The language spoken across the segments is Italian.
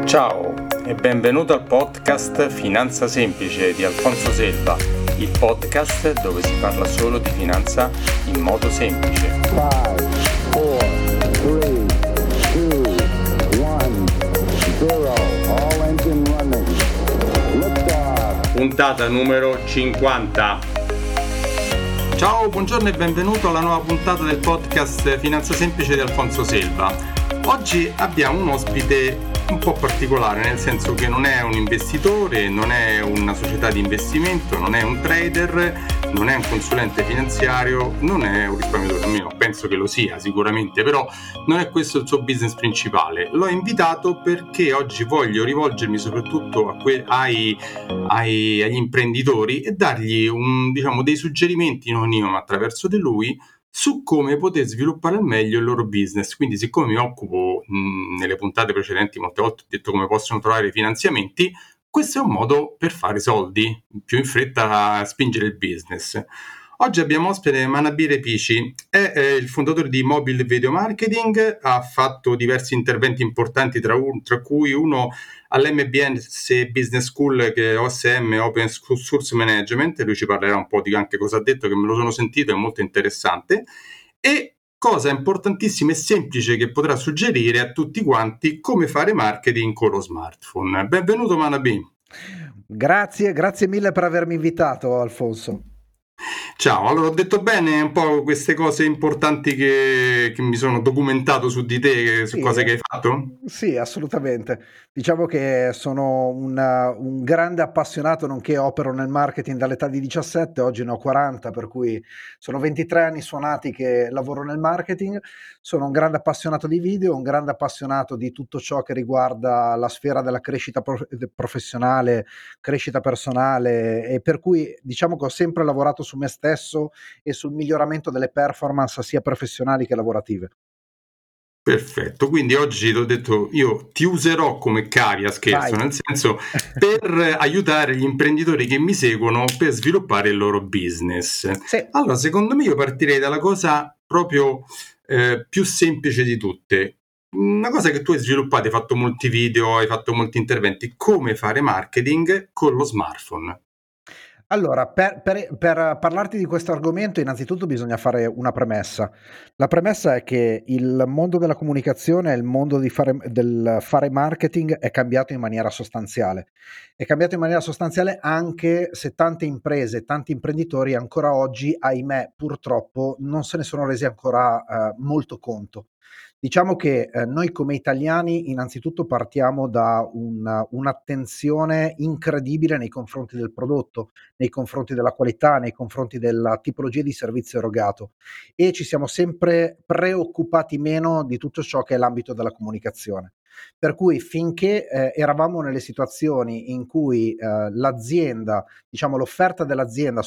Ciao e benvenuto al podcast Finanza Semplice di Alfonso Selva, il podcast dove si parla solo di finanza in modo semplice. 5, 4, 3, 2, 1, 0. All engine running. Liftoff. Puntata numero 50. Ciao, buongiorno e benvenuto alla nuova puntata del podcast Finanza Semplice di Alfonso Selva. Oggi abbiamo un ospite un po' particolare, nel senso che non è un investitore, non è una società di investimento, non è un trader, non è un consulente finanziario, non è un risparmiatore, almeno penso che lo sia sicuramente, però non è questo il suo business principale. L'ho invitato perché oggi voglio rivolgermi soprattutto agli imprenditori e dargli dei suggerimenti, non io, ma attraverso di lui, su come poter sviluppare al meglio il loro business. Quindi, siccome mi occupo nelle puntate precedenti, molte volte ho detto come possono trovare finanziamenti, questo è un modo per fare soldi più in fretta, a spingere il business. Oggi abbiamo ospite Manabir Pici, è il fondatore di Mobile Video Marketing, ha fatto diversi interventi importanti, tra cui uno all'MBS Business School, che è OSM, Open Source Management, e lui ci parlerà un po' di anche cosa ha detto, che me lo sono sentito, è molto interessante, e cosa importantissima e semplice che potrà suggerire a tutti quanti: come fare marketing con lo smartphone. Benvenuto Manabir. Grazie mille per avermi invitato, Alfonso. Ciao, allora ho detto bene un po' queste cose importanti che mi sono documentato su di te, su cose che hai fatto? Sì, assolutamente. Diciamo che sono un grande appassionato, nonché opero nel marketing dall'età di 17, oggi ne ho 40, per cui sono 23 anni suonati che lavoro nel marketing. Sono un grande appassionato di video, un grande appassionato di tutto ciò che riguarda la sfera della crescita professionale, crescita personale, e per cui diciamo che ho sempre lavorato su me stesso e sul miglioramento delle performance sia professionali che lavorative. Perfetto, quindi oggi ti ho detto, io ti userò come cavia, scherzo, Vai. nel senso, per aiutare gli imprenditori che mi seguono per sviluppare il loro business. Sì. Allora, secondo me io partirei dalla cosa proprio più semplice di tutte. Una cosa che tu hai sviluppato, hai fatto molti video, hai fatto molti interventi: come fare marketing con lo smartphone. Allora, per parlarti di questo argomento, innanzitutto bisogna fare una premessa. La premessa è che il mondo della comunicazione, il mondo del fare marketing è cambiato in maniera sostanziale. È cambiato in maniera sostanziale anche se tante imprese, tanti imprenditori ancora oggi, ahimè, purtroppo, non se ne sono resi ancora molto conto. Diciamo che noi come italiani innanzitutto partiamo da un'attenzione incredibile nei confronti del prodotto, nei confronti della qualità, nei confronti della tipologia di servizio erogato, e ci siamo sempre preoccupati meno di tutto ciò che è l'ambito della comunicazione. Per cui finché eravamo nelle situazioni in cui l'azienda, diciamo l'offerta dell'azienda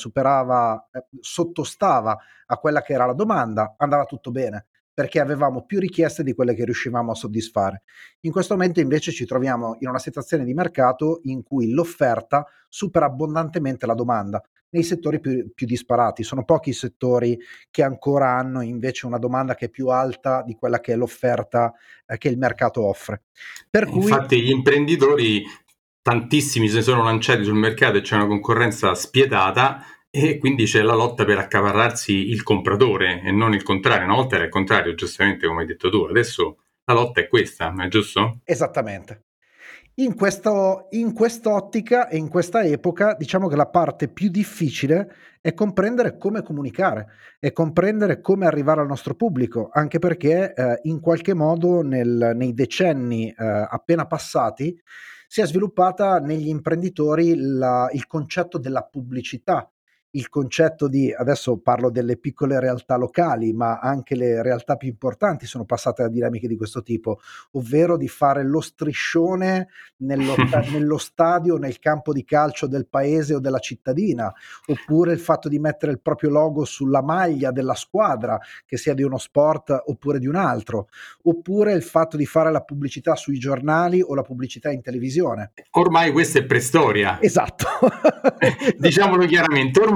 sottostava a quella che era la domanda, andava tutto bene, perché avevamo più richieste di quelle che riuscivamo a soddisfare. In questo momento invece ci troviamo in una situazione di mercato in cui l'offerta supera abbondantemente la domanda nei settori più disparati. Sono pochi i settori che ancora hanno invece una domanda che è più alta di quella che è l'offerta che il mercato offre. Per cui Infatti gli imprenditori, tantissimi si sono lanciati sul mercato e c'è una concorrenza spietata, e quindi c'è la lotta per accaparrarsi il compratore e non il contrario. Una volta era il contrario, giustamente, come hai detto tu, adesso la lotta è questa, è giusto? esattamente. In quest'ottica e in questa epoca, diciamo che la parte più difficile è comprendere come comunicare, è comprendere come arrivare al nostro pubblico, anche perché in qualche modo nei decenni appena passati si è sviluppata negli imprenditori il concetto della pubblicità, il concetto di, adesso parlo delle piccole realtà locali, ma anche le realtà più importanti sono passate a dinamiche di questo tipo, ovvero di fare lo striscione nello stadio, nel campo di calcio del paese o della cittadina, oppure il fatto di mettere il proprio logo sulla maglia della squadra, che sia di uno sport oppure di un altro, oppure il fatto di fare la pubblicità sui giornali o la pubblicità in televisione. Ormai questa è preistoria. Esatto. Diciamolo chiaramente, ormai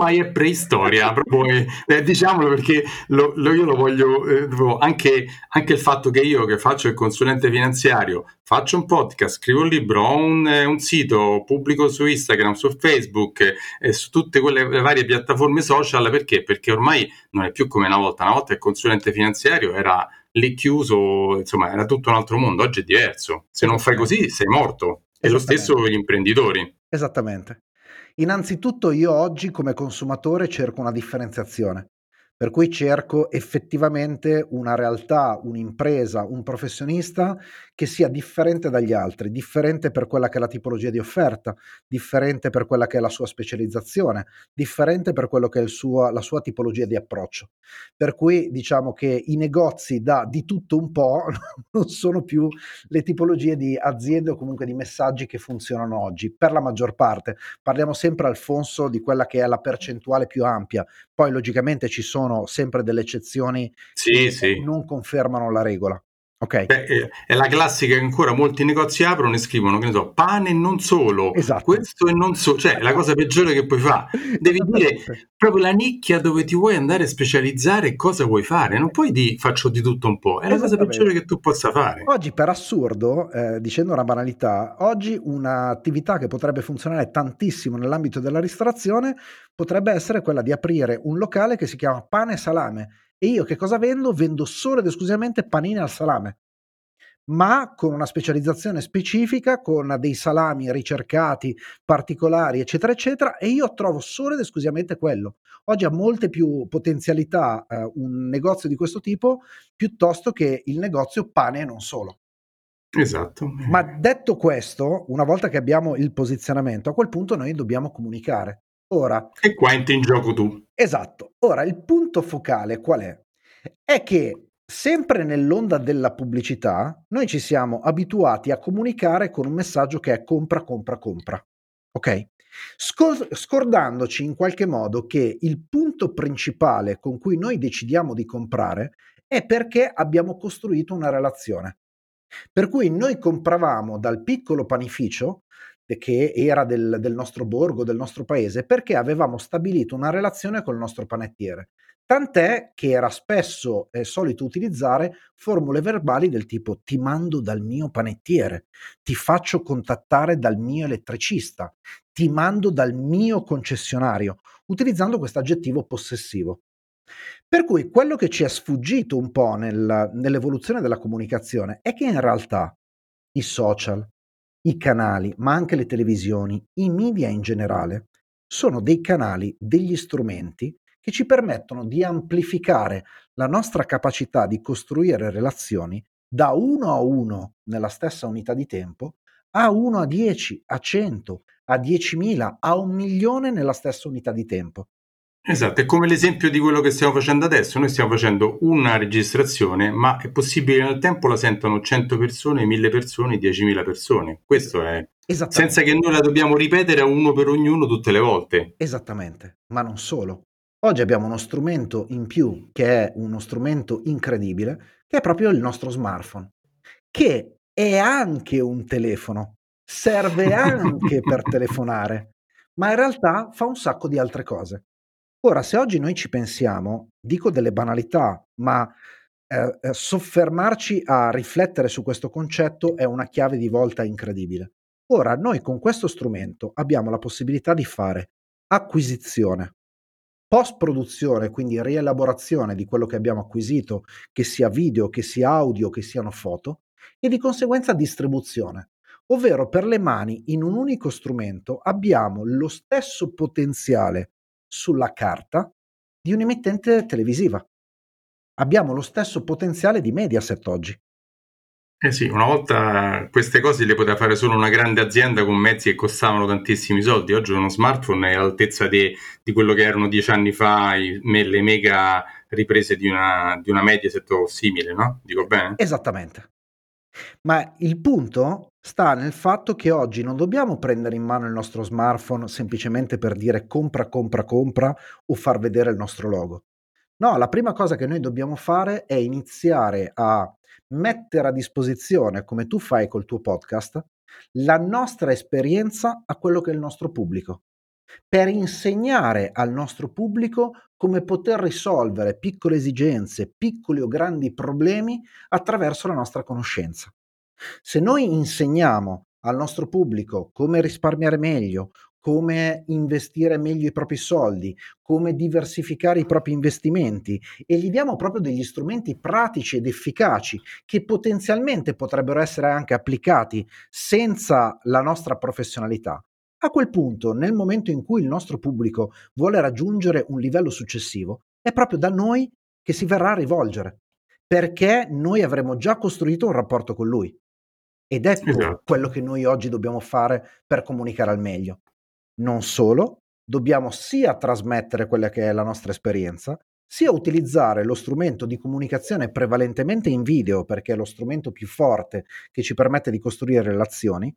ormai è preistoria, proprio, diciamolo perché io lo voglio, anche il fatto che io che faccio il consulente finanziario, faccio un podcast, scrivo un libro, ho un sito, pubblico su Instagram, su Facebook, su tutte quelle varie piattaforme social, perché? Perché ormai non è più come una volta il consulente finanziario era lì chiuso, insomma era tutto un altro mondo, oggi è diverso, se non fai così sei morto, e lo stesso gli imprenditori. Esattamente. Innanzitutto io oggi come consumatore cerco una differenziazione, per cui cerco effettivamente una realtà, un'impresa, un professionista che sia differente dagli altri, differente per quella che è la tipologia di offerta, differente per quella che è la sua specializzazione, differente per quello che è la sua tipologia di approccio. Per cui diciamo che i negozi da di tutto un po' non sono più le tipologie di aziende o comunque di messaggi che funzionano oggi, per la maggior parte. Parliamo sempre, Alfonso, di quella che è la percentuale più ampia. Poi logicamente ci sono sempre delle eccezioni Sì, che sì. non confermano la regola. Ok? Beh, è la classica che ancora molti negozi aprono e scrivono, che ne so, pane e non solo, Esatto. questo e non solo, cioè è la cosa peggiore che puoi fare. Devi dire Esattamente. proprio la nicchia dove ti vuoi andare a specializzare e cosa vuoi fare. Non puoi dire faccio di tutto un po', è la cosa peggiore Esattamente. che tu possa fare. Oggi per assurdo, dicendo una banalità, oggi un'attività che potrebbe funzionare tantissimo nell'ambito della ristorazione, potrebbe essere quella di aprire un locale che si chiama Pane e Salame. E io che cosa vendo? Vendo solo ed esclusivamente panini al salame, ma con una specializzazione specifica, con dei salami ricercati, particolari, eccetera, eccetera, e io trovo solo ed esclusivamente quello. Oggi ha molte più potenzialità, un negozio di questo tipo, piuttosto che il negozio pane e non solo. Esatto. Ma detto questo, una volta che abbiamo il posizionamento, a quel punto noi dobbiamo comunicare. Ora E qua entri in gioco tu. esatto, ora il punto focale qual è? È che sempre nell'onda della pubblicità, noi ci siamo abituati a comunicare con un messaggio che è compra, compra, compra, okay? Scordandoci in qualche modo che il punto principale con cui noi decidiamo di comprare è perché abbiamo costruito una relazione. Per cui noi compravamo dal piccolo panificio, che era del nostro borgo, del nostro paese, perché avevamo stabilito una relazione col nostro panettiere. Tant'è che era spesso solito utilizzare formule verbali del tipo: "Ti mando dal mio panettiere, ti faccio contattare dal mio elettricista, ti mando dal mio concessionario", utilizzando questo aggettivo possessivo. Per cui quello che ci è sfuggito un po' nell'evoluzione della comunicazione è che in realtà i social, i canali, ma anche le televisioni, i media in generale, sono dei canali, degli strumenti che ci permettono di amplificare la nostra capacità di costruire relazioni da 1 a 1 nella stessa unità di tempo, a 1 a 10, a 100, a 10.000, a 1.000.000 nella stessa unità di tempo. Esatto, è come l'esempio di quello che stiamo facendo adesso. Noi stiamo facendo una registrazione, ma è possibile che nel tempo la sentano 100 persone, 1000 persone, 10.000 persone. Es Questo è senza Esattamente. che noi la dobbiamo ripetere a uno per ognuno tutte le volte. Esattamente, ma non solo. Oggi abbiamo uno strumento in più, che è uno strumento incredibile, che è proprio il nostro smartphone, che è anche un telefono, serve anche per telefonare, ma in realtà fa un sacco di altre cose. Ora, se oggi noi ci pensiamo, dico delle banalità, ma soffermarci a riflettere su questo concetto è una chiave di volta incredibile. Ora, noi con questo strumento abbiamo la possibilità di fare acquisizione, post-produzione, quindi rielaborazione di quello che abbiamo acquisito, che sia video, che sia audio, che siano foto, e di conseguenza distribuzione. Ovvero per le mani, in un unico strumento, abbiamo lo stesso potenziale sulla carta di un'emittente televisiva. Abbiamo lo stesso potenziale di Mediaset oggi. Eh sì, una volta queste cose le poteva fare solo una grande azienda con mezzi che costavano tantissimi soldi. Oggi uno smartphone è all'altezza di quello che erano 10 anni fa le mega riprese di una Mediaset o simile, no? Dico bene? Esattamente. Ma il punto sta nel fatto che oggi non dobbiamo prendere in mano il nostro smartphone semplicemente per dire compra, compra, compra o far vedere il nostro logo. No, la prima cosa che noi dobbiamo fare è iniziare a mettere a disposizione, come tu fai col tuo podcast, la nostra esperienza a quello che è il nostro pubblico. per insegnare al nostro pubblico come poter risolvere piccole esigenze, piccoli o grandi problemi attraverso la nostra conoscenza. Se noi insegniamo al nostro pubblico come risparmiare meglio, come investire meglio i propri soldi, come diversificare i propri investimenti e gli diamo proprio degli strumenti pratici ed efficaci che potenzialmente potrebbero essere anche applicati senza la nostra professionalità, a quel punto, nel momento in cui il nostro pubblico vuole raggiungere un livello successivo, è proprio da noi che si verrà a rivolgere, perché noi avremo già costruito un rapporto con lui. Ed ecco Esatto. quello che noi oggi dobbiamo fare per comunicare al meglio. Non solo, dobbiamo sia trasmettere quella che è la nostra esperienza, sia utilizzare lo strumento di comunicazione prevalentemente in video, perché è lo strumento più forte che ci permette di costruire relazioni,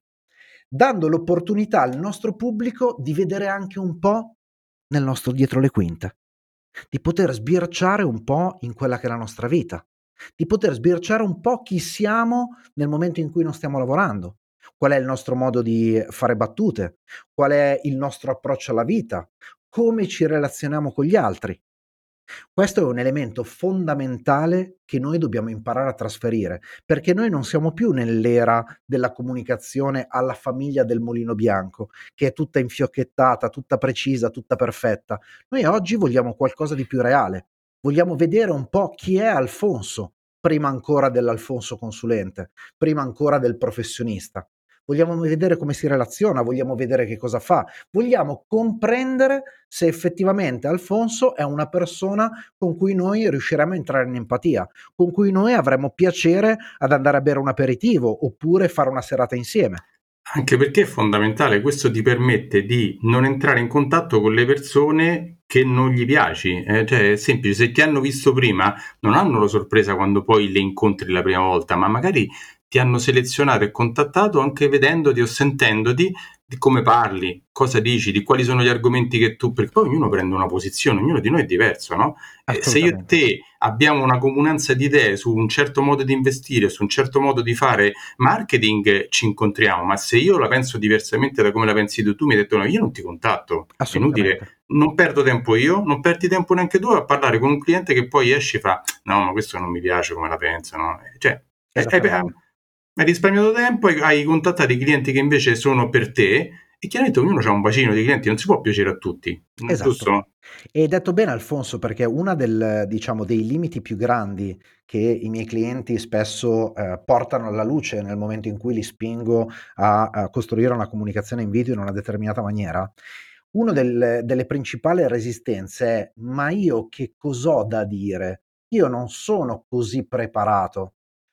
dando l'opportunità al nostro pubblico di vedere anche un po' nel nostro dietro le quinte, di poter sbirciare un po' in quella che è la nostra vita, di poter sbirciare un po' chi siamo nel momento in cui non stiamo lavorando, qual è il nostro modo di fare battute, qual è il nostro approccio alla vita, come ci relazioniamo con gli altri. Questo è un elemento fondamentale che noi dobbiamo imparare a trasferire, perché noi non siamo più nell'era della comunicazione alla famiglia del Mulino Bianco, che è tutta infiocchettata, tutta precisa, tutta perfetta. Noi oggi vogliamo qualcosa di più reale. Vogliamo vedere un po' chi è Alfonso, prima ancora dell'Alfonso consulente, prima ancora del professionista. Vogliamo vedere come si relaziona, vogliamo vedere che cosa fa, vogliamo comprendere se effettivamente Alfonso è una persona con cui noi riusciremo a entrare in empatia, con cui noi avremo piacere ad andare a bere un aperitivo oppure fare una serata insieme. Anche perché è fondamentale, questo ti permette di non entrare in contatto con le persone che non gli piaci, cioè è semplice, se ti hanno visto prima non hanno la sorpresa quando poi le incontri la prima volta, ma magari ti hanno selezionato e contattato anche vedendoti o sentendoti di come parli, cosa dici, di quali sono gli argomenti che tu, perché poi ognuno prende una posizione, ognuno di noi è diverso, no? Se io e Assolutamente. te abbiamo una comunanza di idee su un certo modo di investire, su un certo modo di fare marketing, ci incontriamo, ma se io la penso diversamente da come la pensi tu, tu mi hai detto no, io non ti contatto, è Assolutamente. inutile, non perdo tempo io, non perdi tempo neanche tu a parlare con un cliente che poi esce e fa no, ma questo non mi piace come la pensa, no? Cioè, Esattamente. hai risparmiato tempo, hai contattato i clienti che invece sono per te e chiaramente ognuno ha un bacino di clienti, non si può piacere a tutti, Esatto. giusto? E hai detto bene Alfonso, perché una diciamo, dei limiti più grandi che i miei clienti spesso, portano alla luce nel momento in cui li spingo a costruire una comunicazione in video in una determinata maniera, uno delle principali resistenze è: "Ma io che cos'ho da dire? Io non sono così preparato".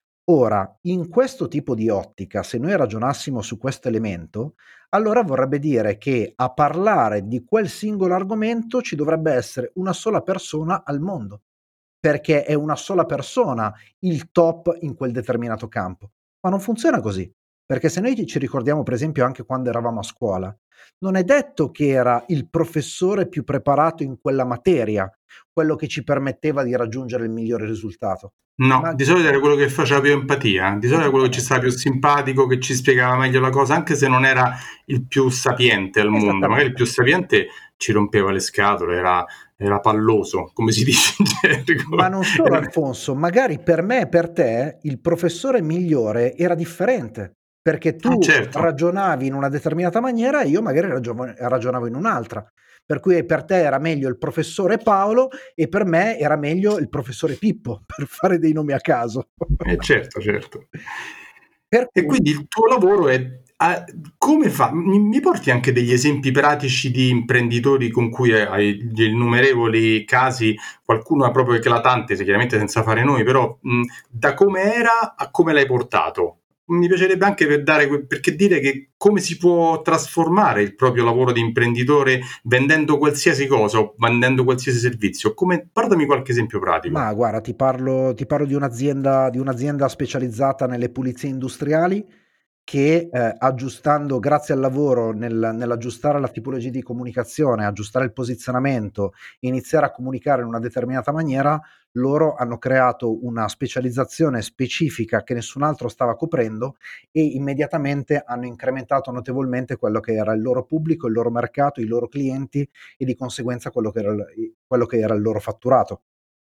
Ora, in questo tipo di ottica, se noi ragionassimo su questo elemento, allora vorrebbe dire che a parlare di quel singolo argomento ci dovrebbe essere una sola persona al mondo, perché è una sola persona il top in quel determinato campo. Ma non funziona così, perché se noi ci ricordiamo per esempio anche quando eravamo a scuola, non è detto che era il professore più preparato in quella materia, quello che ci permetteva di raggiungere il migliore risultato. No, Ma di solito era quello che faceva più empatia, di solito era quello che ci esattamente. stava più simpatico, che ci spiegava meglio la cosa, anche se non era il più sapiente al mondo. Magari il Esattamente. più sapiente ci rompeva le scatole, era palloso, come si dice in Ma gergo. non solo Alfonso, magari per me e per te il professore migliore era differente, perché Ah, tu certo. ragionavi in una determinata maniera e io magari ragionavo in un'altra. Per cui per te era meglio il professore Paolo e per me era meglio il professore Pippo, per fare dei nomi a caso. Certo, certo. Per E cui quindi il tuo lavoro è come fa? Mi porti anche degli esempi pratici di imprenditori con cui hai degli innumerevoli casi, qualcuno è proprio eclatante, chiaramente senza fare nomi, però da come era a come l'hai portato. Mi piacerebbe anche perché dire che come si può trasformare il proprio lavoro di imprenditore vendendo qualsiasi cosa o vendendo qualsiasi servizio. Portami qualche esempio pratico. Ma guarda, ti parlo di un'azienda specializzata nelle pulizie industriali che aggiustando, grazie al lavoro nell'aggiustare la tipologia di comunicazione, aggiustare il posizionamento, iniziare a comunicare in una determinata maniera, loro hanno creato una specializzazione specifica che nessun altro stava coprendo e immediatamente hanno incrementato notevolmente quello che era il loro pubblico, il loro mercato, i loro clienti e di conseguenza quello che era il loro fatturato.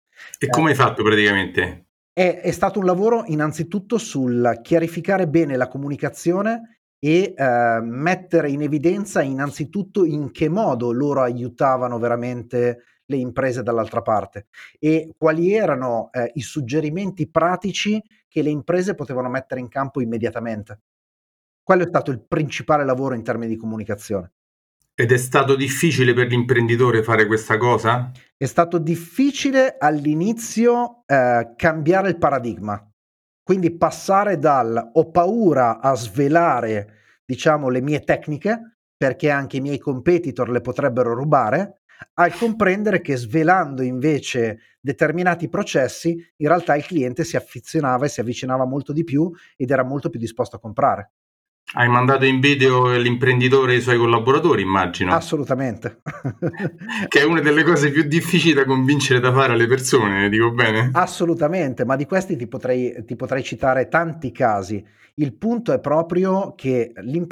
E come hai fatto praticamente? È stato un lavoro innanzitutto sul chiarificare bene la comunicazione e mettere in evidenza innanzitutto in che modo loro aiutavano veramente le imprese dall'altra parte e quali erano i suggerimenti pratici che le imprese potevano mettere in campo immediatamente. Quello è stato il principale lavoro in termini di comunicazione. Ed è stato difficile per l'imprenditore fare questa cosa? È stato difficile all'inizio, cambiare il paradigma, quindi passare dal: "Ho paura a svelare, diciamo, le mie tecniche, perché anche i miei competitor le potrebbero rubare", al comprendere che svelando invece determinati processi, in realtà il cliente si affezionava e si avvicinava molto di più ed era molto più disposto a comprare. Hai mandato in video l'imprenditore e i suoi collaboratori, immagino. Assolutamente. Che è una delle cose più difficili da convincere da fare alle persone, dico bene? Assolutamente, ma di questi ti potrei citare tanti casi. Il punto è proprio che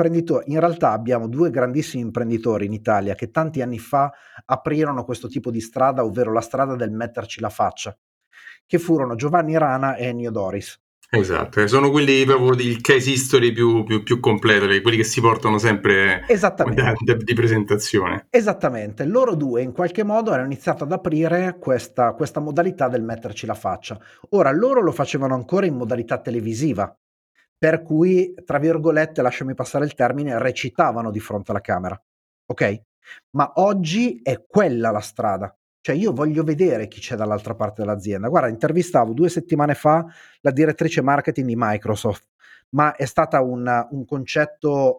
in realtà abbiamo 2 grandissimi imprenditori in Italia che tanti anni fa aprirono questo tipo di strada, ovvero la strada del metterci la faccia, che furono Giovanni Rana e Ennio Doris. Esatto, sono quelli proprio il case history più completo, quelli che si portano sempre Esattamente. di presentazione. Esattamente, loro 2 in qualche modo hanno iniziato ad aprire questa modalità del metterci la faccia. Ora loro lo facevano ancora in modalità televisiva, per cui, tra virgolette, lasciami passare il termine, recitavano di fronte alla camera, okay, ma oggi è quella la strada. Cioè io voglio vedere chi c'è dall'altra parte dell'azienda. Guarda, intervistavo 2 settimane fa la direttrice marketing di Microsoft, ma è stata un concetto,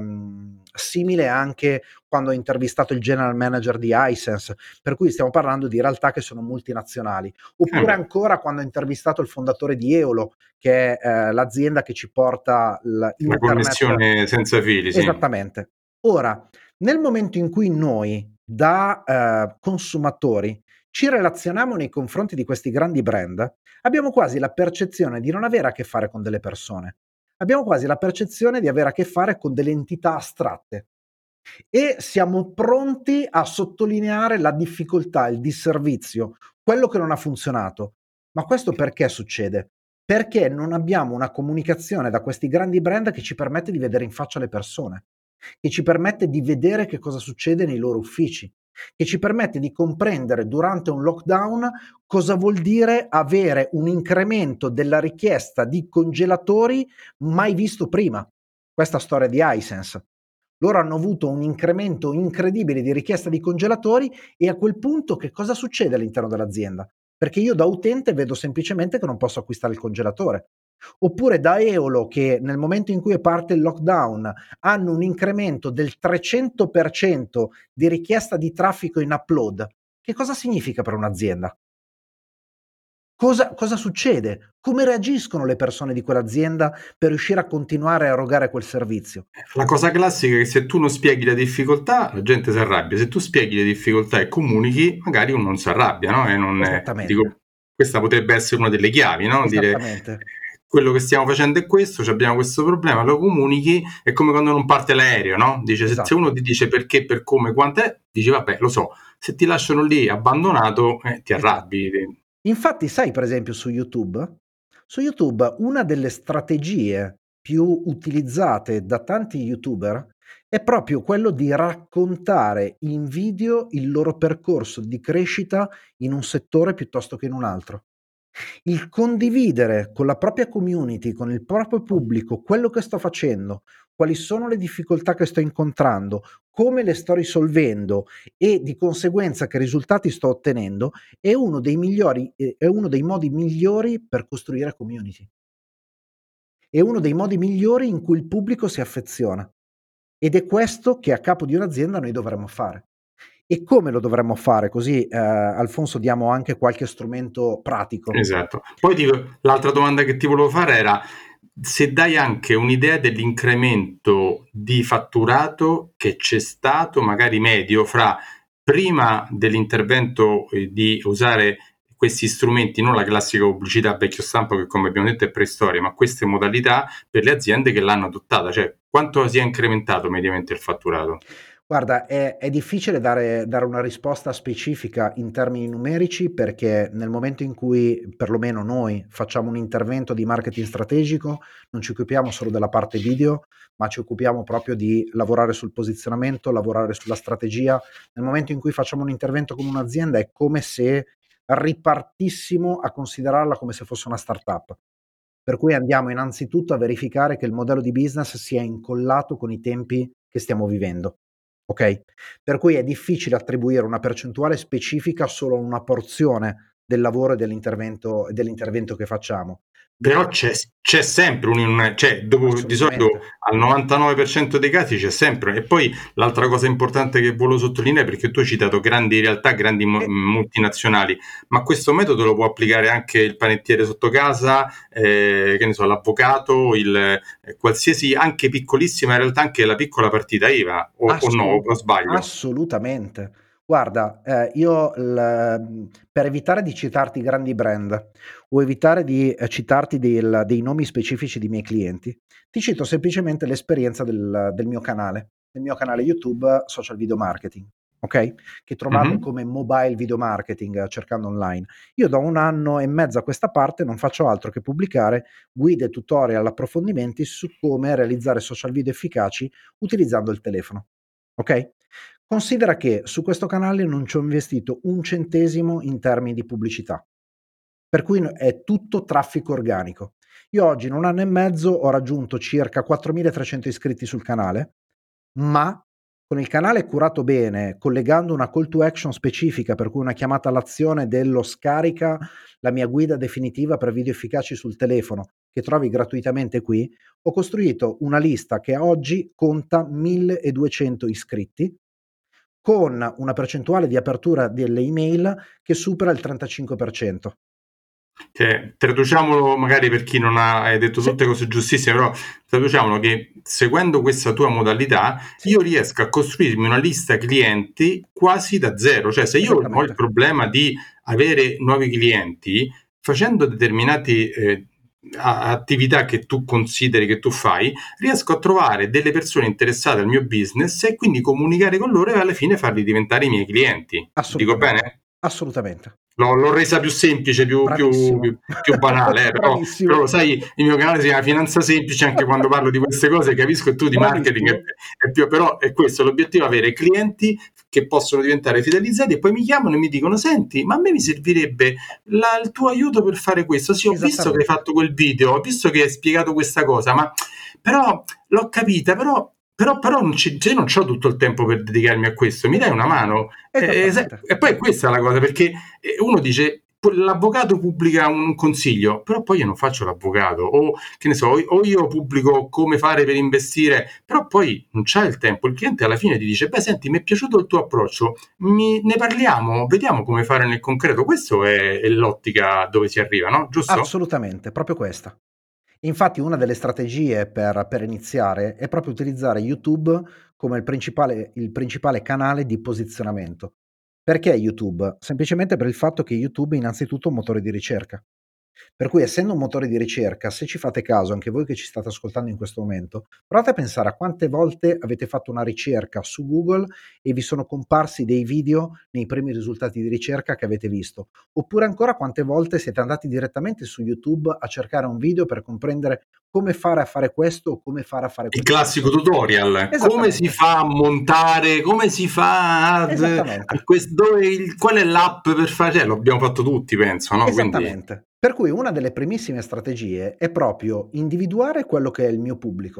simile anche quando ho intervistato il general manager di Hisense, per cui stiamo parlando di realtà che sono multinazionali. Oppure Beh, ancora quando ho intervistato il fondatore di Eolo, che è, l'azienda che ci porta la internet. connessione senza fili, sì. Esattamente. Ora, nel momento in cui noi da, consumatori ci relazioniamo nei confronti di questi grandi brand, abbiamo quasi la percezione di non avere a che fare con delle persone. Abbiamo quasi la percezione di avere a che fare con delle entità astratte e siamo pronti a sottolineare la difficoltà, il disservizio, quello che non ha funzionato. Ma questo perché succede? Perché non abbiamo una comunicazione da questi grandi brand che ci permette di vedere in faccia le persone, che ci permette di vedere che cosa succede nei loro uffici, che ci permette di comprendere durante un lockdown cosa vuol dire avere un incremento della richiesta di congelatori mai visto prima. Questa storia di Hisense. Loro hanno avuto un incremento incredibile di richiesta di congelatori e a quel punto che cosa succede all'interno dell'azienda? Perché io da utente vedo semplicemente che non posso acquistare il congelatore. Oppure da Eolo che nel momento in cui parte il lockdown hanno un incremento del 300% di richiesta di traffico in upload. Che cosa significa per un'azienda? Cosa succede? Come reagiscono le persone di quell'azienda per riuscire a continuare a erogare quel servizio? La cosa classica è che se tu non spieghi la difficoltà, la gente si arrabbia. Se tu spieghi le difficoltà e comunichi, magari uno non si arrabbia, no? E non Esattamente, dico, questa potrebbe essere una delle chiavi, no? Dire esattamente, quello che stiamo facendo è questo, abbiamo questo problema, lo comunichi, è come quando non parte l'aereo, no? Dice, se uno esatto. ti dice perché, per come, quant'è, dici vabbè, lo so. Se ti lasciano lì abbandonato, ti Esatto. arrabbi. Infatti sai per esempio su YouTube? Su YouTube una delle strategie più utilizzate da tanti YouTuber è proprio quello di raccontare in video il loro percorso di crescita in un settore piuttosto che in un altro. Il condividere con la propria community, con il proprio pubblico quello che sto facendo, quali sono le difficoltà che sto incontrando, come le sto risolvendo e di conseguenza che risultati sto ottenendo, è uno dei modi migliori per costruire community. È uno dei modi migliori in cui il pubblico si affeziona ed è questo che a capo di un'azienda noi dovremmo fare. E come lo dovremmo fare? Così, Alfonso, diamo anche qualche strumento pratico. Esatto. Poi l'altra domanda che ti volevo fare era, se dai anche un'idea dell'incremento di fatturato che c'è stato, magari medio, fra prima dell'intervento di usare questi strumenti, non la classica pubblicità vecchio stampo che come abbiamo detto è preistoria, ma queste modalità per le aziende che l'hanno adottata, cioè quanto si è incrementato mediamente il fatturato? Guarda, è difficile dare una risposta specifica in termini numerici, perché nel momento in cui, perlomeno noi, facciamo un intervento di marketing strategico, non ci occupiamo solo della parte video, ma ci occupiamo proprio di lavorare sul posizionamento, lavorare sulla strategia. Nel momento in cui facciamo un intervento con un'azienda è come se ripartissimo a considerarla come se fosse una startup. Per cui andiamo innanzitutto a verificare che il modello di business sia incollato con i tempi che stiamo vivendo. Okay? Per cui è difficile attribuire una percentuale specifica solo a una porzione del lavoro e dell'intervento che facciamo. Però Ve c'è sempre cioè dopo, di solito Assolutamente. al 99% dei casi c'è sempre. E poi l'altra cosa importante che volevo sottolineare, perché tu hai citato grandi realtà, grandi E multinazionali, ma questo metodo lo può applicare anche il panettiere sotto casa, che ne so, l'avvocato, qualsiasi, anche piccolissima realtà, anche la piccola partita IVA, o no, Assolut o sbaglio? assolutamente. Guarda, io per evitare di citarti grandi brand o evitare di, citarti dei nomi specifici di miei clienti, ti cito semplicemente l'esperienza del mio canale YouTube Social Video Marketing, okay, che trovate Mhm. come Mobile Video Marketing cercando online. Io da 1 anno e mezzo a questa parte non faccio altro che pubblicare guide, tutorial, approfondimenti su come realizzare social video efficaci utilizzando il telefono. Okay? Considera che su questo canale non ci ho investito un centesimo in termini di pubblicità, per cui è tutto traffico organico. Io oggi in 1 anno e mezzo ho raggiunto circa 4.300 iscritti sul canale, ma con il canale curato bene, collegando una call to action specifica, per cui una chiamata all'azione dello "scarica la mia guida definitiva per video efficaci sul telefono", che trovi gratuitamente qui, ho costruito una lista che oggi conta 1.200 iscritti, con una percentuale di apertura delle email che supera il 35%. Cioè, traduciamolo magari per chi non ha, hai detto Sì, tutte cose giustissime, però traduciamolo che seguendo questa tua modalità sì, io riesco a costruirmi una lista clienti quasi da zero. Cioè, se io ho il esattamente. problema di avere nuovi clienti, facendo determinate attività che tu consideri, che tu fai, riesco a trovare delle persone interessate al mio business e quindi comunicare con loro e alla fine farli diventare i miei clienti. Dico Assolutamente, bene? assolutamente. L'ho resa più semplice, Bravissimo. più banale, però Bravissimo, lo sai, il mio canale si chiama Finanza Semplice, anche quando parlo di queste cose capisco che tu di marketing bravissimo. è più, però è questo, l'obiettivo è avere clienti che possono diventare fidelizzati e poi mi chiamano e mi dicono, senti, ma a me mi servirebbe il tuo aiuto per fare questo, sì, ho visto che hai Esattamente, fatto quel video, ho visto che hai spiegato questa cosa, ma però l'ho capita, però non cioè, non ho tutto il tempo per dedicarmi a questo, mi dai una mano? esattamente. E poi questa è la cosa, perché uno dice l'avvocato pubblica un consiglio, però poi io non faccio l'avvocato, o che ne so, o io pubblico come fare per investire, però poi non c'è il tempo. Il cliente alla fine ti dice: beh, senti, mi è piaciuto il tuo approccio, ne parliamo, vediamo come fare nel concreto. Questo è l'ottica dove si arriva, no? Giusto? Assolutamente, proprio questa. Infatti una delle strategie per iniziare è proprio utilizzare YouTube come il principale canale di posizionamento. Perché YouTube? Semplicemente per il fatto che YouTube è innanzitutto un motore di ricerca. Per cui essendo un motore di ricerca, se ci fate caso, anche voi che ci state ascoltando in questo momento, provate a pensare a quante volte avete fatto una ricerca su Google e vi sono comparsi dei video nei primi risultati di ricerca che avete visto. Oppure ancora quante volte siete andati direttamente su YouTube a cercare un video per comprendere come fare a fare questo o come fare a fare Il classico quest'altro. tutorial, come si Esattamente, fa a montare, come si fa esattamente. qual è l'app per fare, lo abbiamo fatto tutti, penso, no? Quindi Esattamente. Per cui una delle primissime strategie è proprio individuare quello che è il mio pubblico,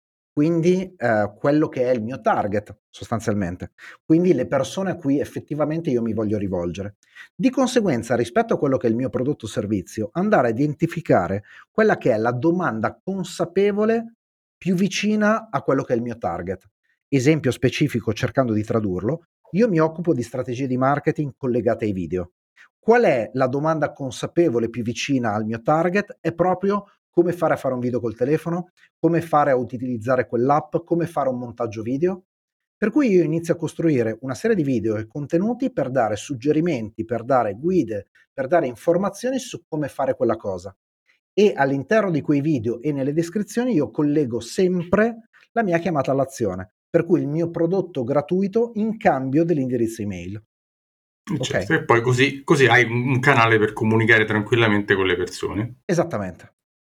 quindi, quello che è il mio target sostanzialmente, quindi le persone a cui effettivamente io mi voglio rivolgere. Di conseguenza, rispetto a quello che è il mio prodotto o servizio, andare a identificare quella che è la domanda consapevole più vicina a quello che è il mio target. Esempio specifico cercando di tradurlo: io mi occupo di strategie di marketing collegate ai video. Qual è la domanda consapevole più vicina al mio target? È proprio come fare a fare un video col telefono, come fare a utilizzare quell'app, come fare un montaggio video. Per cui io inizio a costruire una serie di video e contenuti per dare suggerimenti, per dare guide, per dare informazioni su come fare quella cosa. E all'interno di quei video e nelle descrizioni io collego sempre la mia chiamata all'azione, per cui il mio prodotto gratuito in cambio dell'indirizzo email. Certo, Ok? e poi così hai un canale per comunicare tranquillamente con le persone. Esattamente.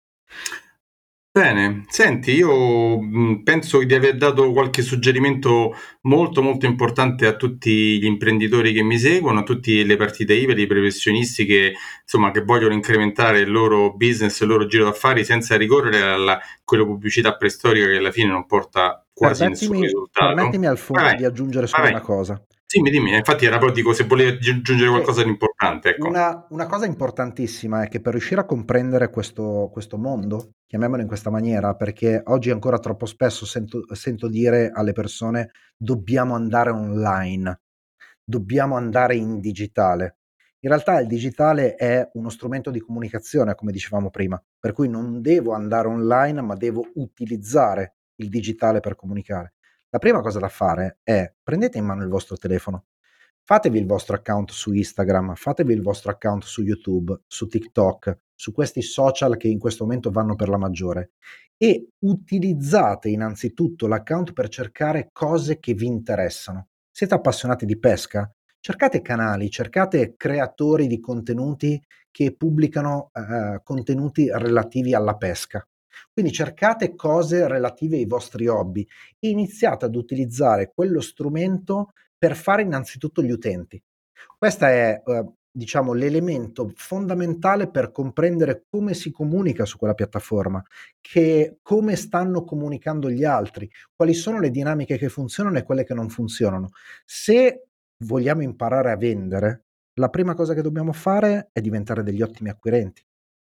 Bene, senti, io penso di aver dato qualche suggerimento molto molto importante a tutti gli imprenditori che mi seguono, a tutte le partite IVA, i professionisti che insomma che vogliono incrementare il loro business, il loro giro d'affari senza ricorrere a quella pubblicità preistorica che alla fine non porta quasi nessun risultato. Permettimi Alfonso di aggiungere solo vai. una cosa. Dimmi, infatti era proprio dico se volevi aggiungere qualcosa di importante, ecco. Una cosa importantissima è che per riuscire a comprendere questo mondo, chiamiamolo in questa maniera, perché oggi ancora troppo spesso sento dire alle persone dobbiamo andare online, dobbiamo andare in digitale. In realtà il digitale è uno strumento di comunicazione, come dicevamo prima, per cui non devo andare online, ma devo utilizzare il digitale per comunicare. La prima cosa da fare è prendete in mano il vostro telefono, fatevi il vostro account su Instagram, fatevi il vostro account su YouTube, su TikTok, su questi social che in questo momento vanno per la maggiore e utilizzate innanzitutto l'account per cercare cose che vi interessano. Siete appassionati di pesca? Cercate canali, cercate creatori di contenuti che pubblicano contenuti relativi alla pesca. Quindi cercate cose relative ai vostri hobby e iniziate ad utilizzare quello strumento per fare innanzitutto gli utenti. Questo è diciamo l'elemento fondamentale per comprendere come si comunica su quella piattaforma, come stanno comunicando gli altri, quali sono le dinamiche che funzionano e quelle che non funzionano. Se vogliamo imparare a vendere, la prima cosa che dobbiamo fare è diventare degli ottimi acquirenti.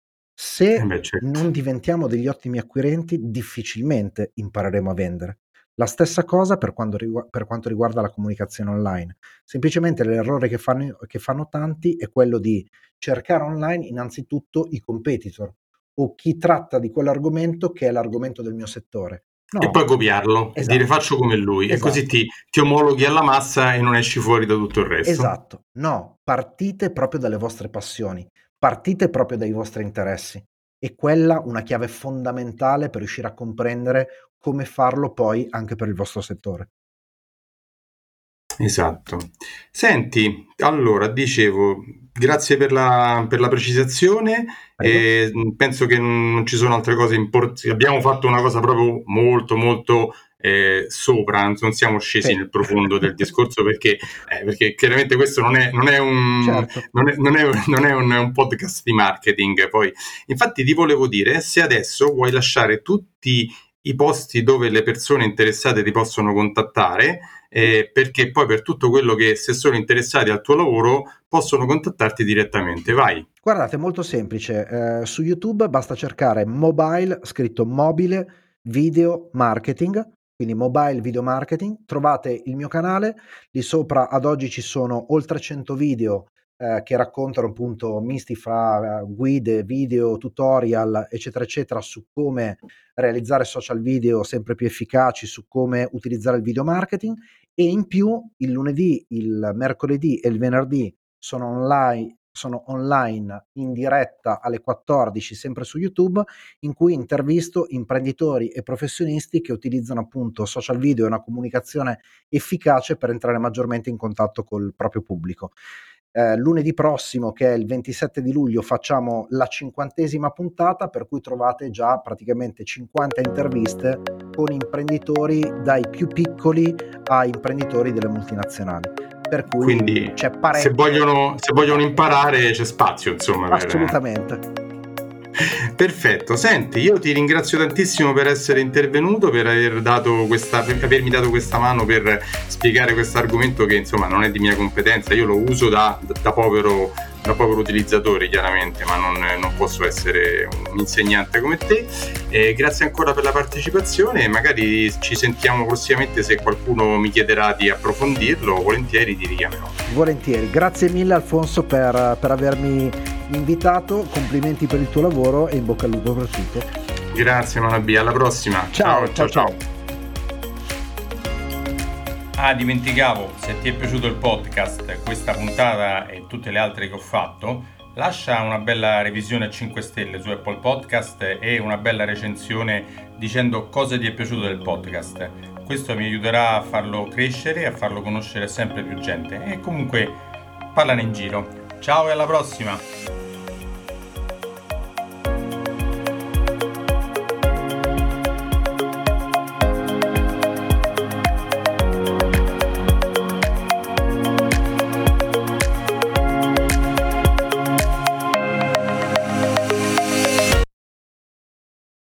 Se Certo. non diventiamo degli ottimi acquirenti, difficilmente impareremo a vendere. La stessa cosa per quanto riguarda la comunicazione online. Semplicemente l'errore che fanno tanti è quello di cercare online innanzitutto i competitor o chi tratta di quell'argomento che è l'argomento del mio settore. No. E poi copiarlo e dire faccio come lui, e così ti omologhi alla massa e non esci fuori da tutto il resto. Esatto, no, partite proprio dalle vostre passioni, partite proprio dai vostri interessi. E quella una chiave fondamentale per riuscire a comprendere come farlo poi anche per il vostro settore. Esatto. Senti, allora dicevo, grazie per la precisazione. Penso che non ci sono altre cose importanti. Abbiamo fatto una cosa proprio molto molto sopra, non siamo scesi nel profondo del discorso perché chiaramente questo non è un podcast di marketing. Poi infatti ti volevo dire, se adesso vuoi lasciare tutti i posti dove le persone interessate ti possono contattare, perché poi per tutto quello che, se sono interessati al tuo lavoro, possono contattarti direttamente. Vai. Guardate, molto semplice, su YouTube basta cercare mobile, scritto mobile video marketing, quindi mobile video marketing, trovate il mio canale, lì sopra ad oggi ci sono oltre 100 video che raccontano appunto misti fra guide, video, tutorial, eccetera, eccetera, su come realizzare social video sempre più efficaci, su come utilizzare il video marketing e in più il lunedì, il mercoledì e il venerdì sono online in diretta alle 14 sempre su YouTube, in cui intervisto imprenditori e professionisti che utilizzano appunto social video e una comunicazione efficace per entrare maggiormente in contatto col proprio pubblico. Lunedì prossimo, che è il 27 di luglio, facciamo la 50ª puntata, per cui trovate già praticamente 50 interviste con imprenditori dai più piccoli a imprenditori delle multinazionali. Per cui quindi c'è parecchio. Se vogliono imparare c'è spazio, insomma. Assolutamente. Perfetto, senti, io ti ringrazio tantissimo per essere intervenuto, per avermi dato questa mano per spiegare questo argomento che insomma non è di mia competenza. Io lo uso da povero utilizzatore chiaramente, ma non posso essere un insegnante come te. Grazie ancora per la partecipazione, magari ci sentiamo prossimamente. Se qualcuno mi chiederà di approfondirlo, volentieri ti richiamerò. Volentieri, grazie mille Alfonso per avermi invitato, complimenti per il tuo lavoro e in bocca al lupo per tutto. Grazie Manabi, alla prossima. Ciao. Dimenticavo, se ti è piaciuto il podcast, questa puntata e tutte le altre che ho fatto, lascia una bella revisione a 5 stelle su Apple Podcast e una bella recensione dicendo cosa ti è piaciuto del podcast. Questo mi aiuterà a farlo crescere e a farlo conoscere sempre più gente. E comunque parlane in giro. Ciao e alla prossima!